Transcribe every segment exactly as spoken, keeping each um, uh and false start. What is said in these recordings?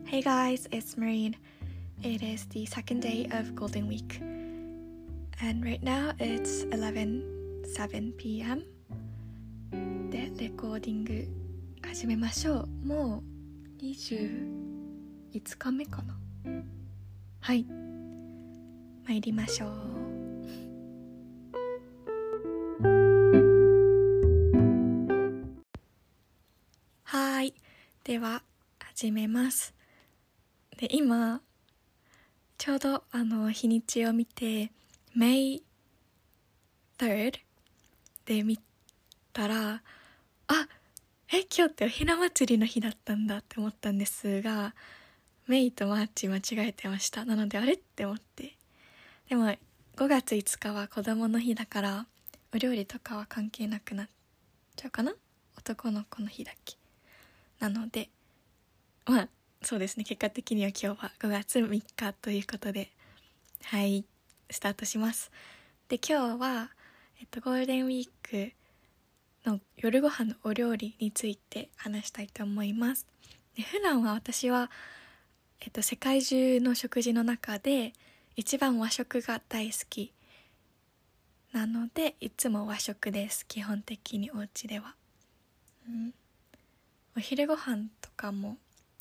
Hey guys, it's Marine. It is the second day of Golden Week and right now it's eleven oh seven p.m. でレコーディング始めましょう。もうにじゅういつかめかな。はい、参りましょう。はい、では始めます。で今ちょうどあの日にちを見て May third で見たら、あ、え今日っておひな祭りの日だったんだって思ったんですが、メイとマーチ間違えてました。なのであれって思って、でもごがついつかは子供の日だからお料理とかは関係なくなっちゃうかな。男の子の日だっけなので、まあそうですね、結果的には今日はごがつみっかということで、はいスタートします。で今日は、えっと、ゴールデンウィークの夜ご飯のお料理について話したいと思います。で普段は私は、えっと、世界中の食事の中で一番和食が大好きなので、いつも和食です。基本的にお家では、うん、お昼ご飯とかも、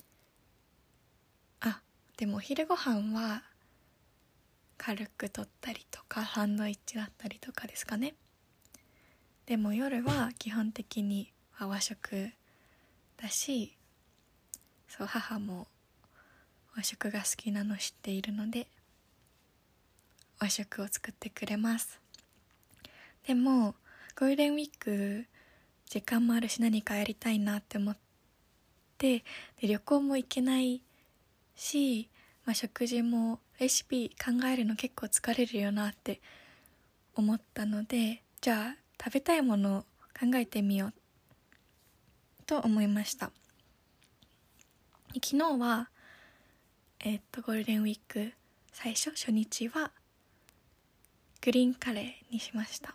あでもお昼ご飯は軽く取ったりとかサンドイッチだったりとかですかね。でも夜は基本的に和食だし、そう母も和食が好きなの知っているので和食を作ってくれます。でもゴールデンウィーク時間もあるし何かやりたいなって思って、で旅行も行けないし、まあ、食事もレシピ考えるの結構疲れるよなって思ったので、じゃあ食べたいものを考えてみようと思いました。昨日はえー、っとゴールデンウィーク最初初日はグリーンカレーにしました。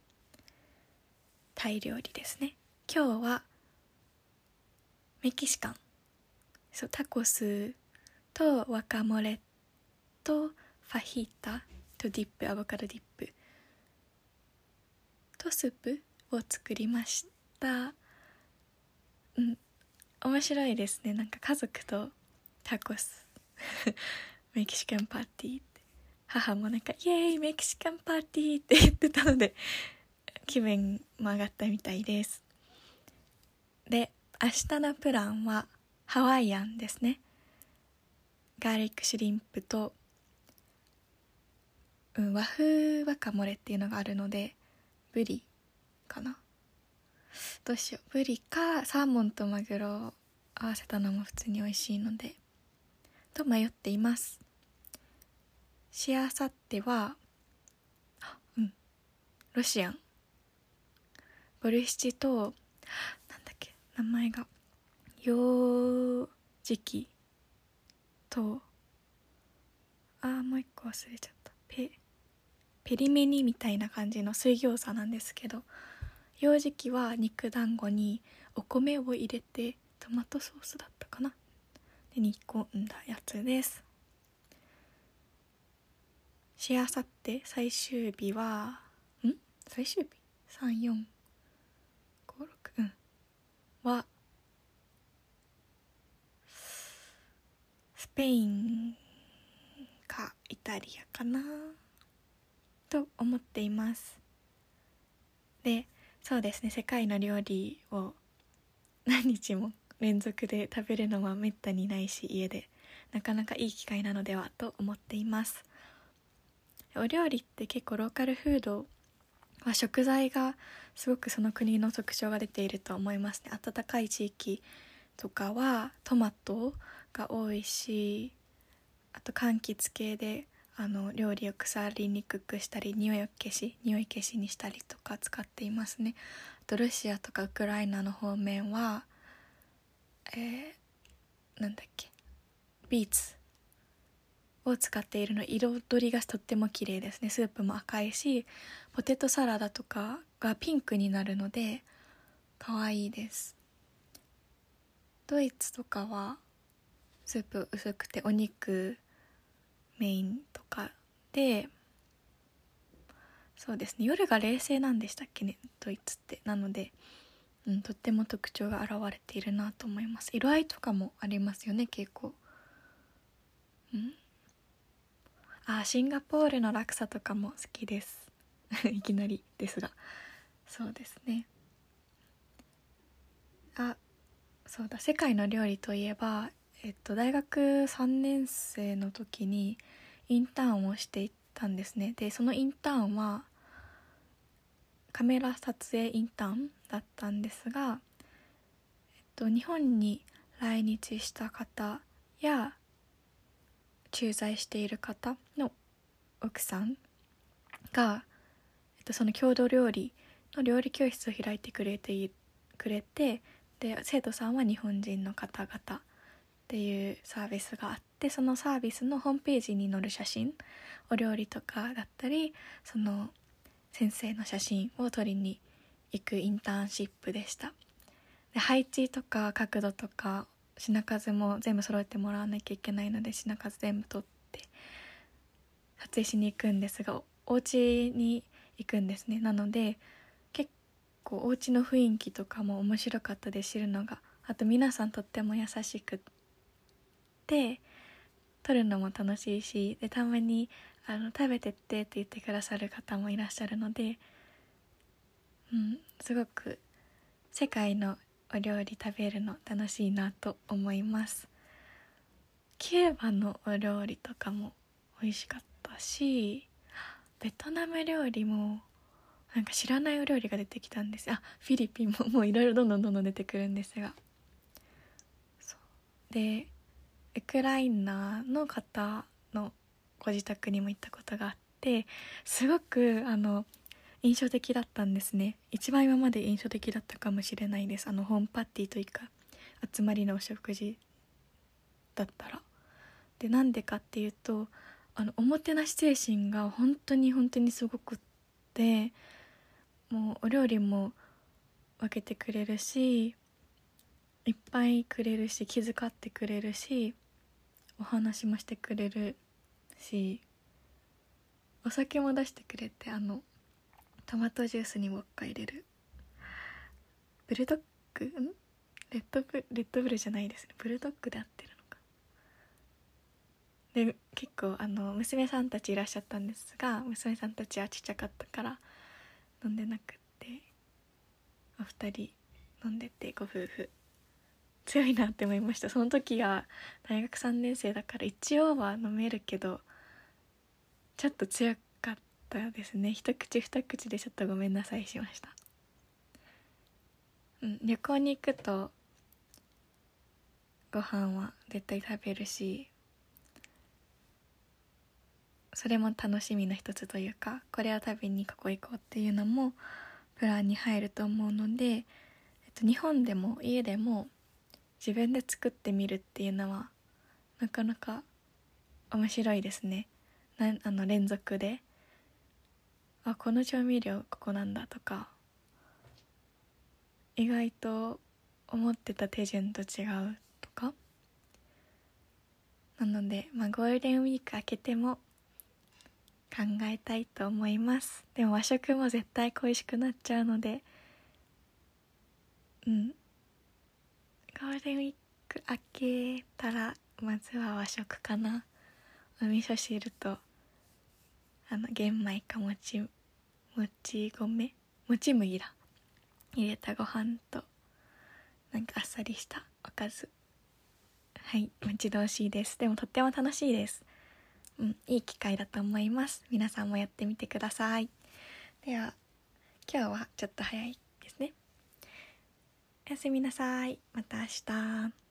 タイ料理ですね。今日はメキシカン、そうタコスとワカモレとファヒータとディップ、アボカドディップとスープを作りました。うん面白いですね。なんか家族とタコスメキシカンパーティーって、母もなんかイエーイメキシカンパーティーって言ってたので気分も上がったみたいです。で明日のプランはハワイアンですね。ガーリックシュリンプと、うん、和風ワカモレっていうのがあるのでブリかな。どうしよう、ブリかサーモンとマグロを合わせたのも普通に美味しいのでと迷っています。しあさってはうんロシアンボルシチとなんだっけ名前が幼児期と、あーもう一個忘れちゃった、ペペリメニみたいな感じの水餃子なんですけど、幼児期は肉団子にお米を入れてトマトソースだったかなで煮込んだやつです。しあさって最終日はん最終日さん、よん、ご、ろくうんはスペインかイタリアかなと思っています。でそうですね、世界の料理を何日も連続で食べるのはめったにないし、家でなかなかいい機会なのではと思っています。お料理って結構ローカルフードは食材がすごくその国の特徴が出ていると思いますね。暖かい地域とかはトマトが多いし、あと柑橘系であの料理を腐りにくくしたり匂いを消し匂い消しにしたりとか使っていますね。あとロシアとかウクライナの方面はえー、なんだっけビーツを使っているの、彩りがとっても綺麗ですね。スープも赤いしポテトサラダとかがピンクになるので可愛いです。ドイツとかはスープ薄くてお肉メインとかで、そうですね、夜が冷静なんでしたっけね、ドイツって。なので、うん、とっても特徴が現れているなと思います。色合いとかもありますよね、結構。うんあシンガポールのラクサとかも好きですいきなりですが、そうですね。あそうだ、世界の料理といえば、えっと、大学さんねん生の時にインターンをしていったんですね。でそのインターンはカメラ撮影インターンだったんですが、えっと、日本に来日した方や駐在している方の奥さんが、えっと、その郷土料理の料理教室を開いてくれてくれて、で生徒さんは日本人の方々っていうサービスがあって、そのサービスのホームページに載る写真、お料理とかだったり、その先生の写真を撮りに行くインターンシップでした。で配置とか角度とか品数も全部揃えてもらわなきゃいけないので、品数全部撮って撮影しに行くんですが、お家に行くんですね。なので結構お家の雰囲気とかも面白かったです、知るのが。あと皆さんとっても優しくって撮るのも楽しいし、でたまにあの食べてってって言ってくださる方もいらっしゃるので、うん、すごく世界のお料理食べるの楽しいなと思います。キューバのお料理とかも美味しかったし、ベトナム料理もなんか知らないお料理が出てきたんです。あフィリピンももういろいろどんどんどんどん出てくるんですが、そうでウクライナの方のご自宅にも行ったことがあって、すごくあの印象的だったんですね。一番今まで印象的だったかもしれないです。あのホームパーティーというか集まりのお食事だったら。でなんでかっていうと、あのおもてなし精神が本当に本当にすごくって、もうお料理も分けてくれるし、いっぱいくれるし、気遣ってくれるし、お話もしてくれるし、お酒も出してくれて、あのトマトジュースにウォッカ入れるブルドッグんレッドブレッドブルじゃないですね、ブルドッグで合ってるのか。で結構あの娘さんたちいらっしゃったんですが、娘さんたちはちっちゃかったから飲んでなくって、お二人飲んでて、ご夫婦強いなって思いました。その時は大学さんねん生だから一応は飲めるけど、ちょっと強かったですね。一口二口でちょっとごめんなさいしました。うん、旅行に行くとご飯は絶対食べるし、それも楽しみの一つというか、これを食べにここ行こうっていうのもプランに入ると思うので、えっと、日本でも家でも自分で作ってみるっていうのはなかなか面白いですね。なあの連続で、あこの調味料ここなんだとか、意外と思ってた手順と違うとか。なので、まあ、ゴールデンウィーク明けても考えたいと思います。でも和食も絶対恋しくなっちゃうので、うんゴールデンウィーク明けたらまずは和食かな。お味噌汁とあの玄米かもちもち米もち麦だ入れたご飯と、なんかあっさりしたおかず、はい待ち遠しいです。でもとっても楽しいです。うん、いい機会だと思います。皆さんもやってみてください。では今日はちょっと早いですね。おやすみなさい。また明日。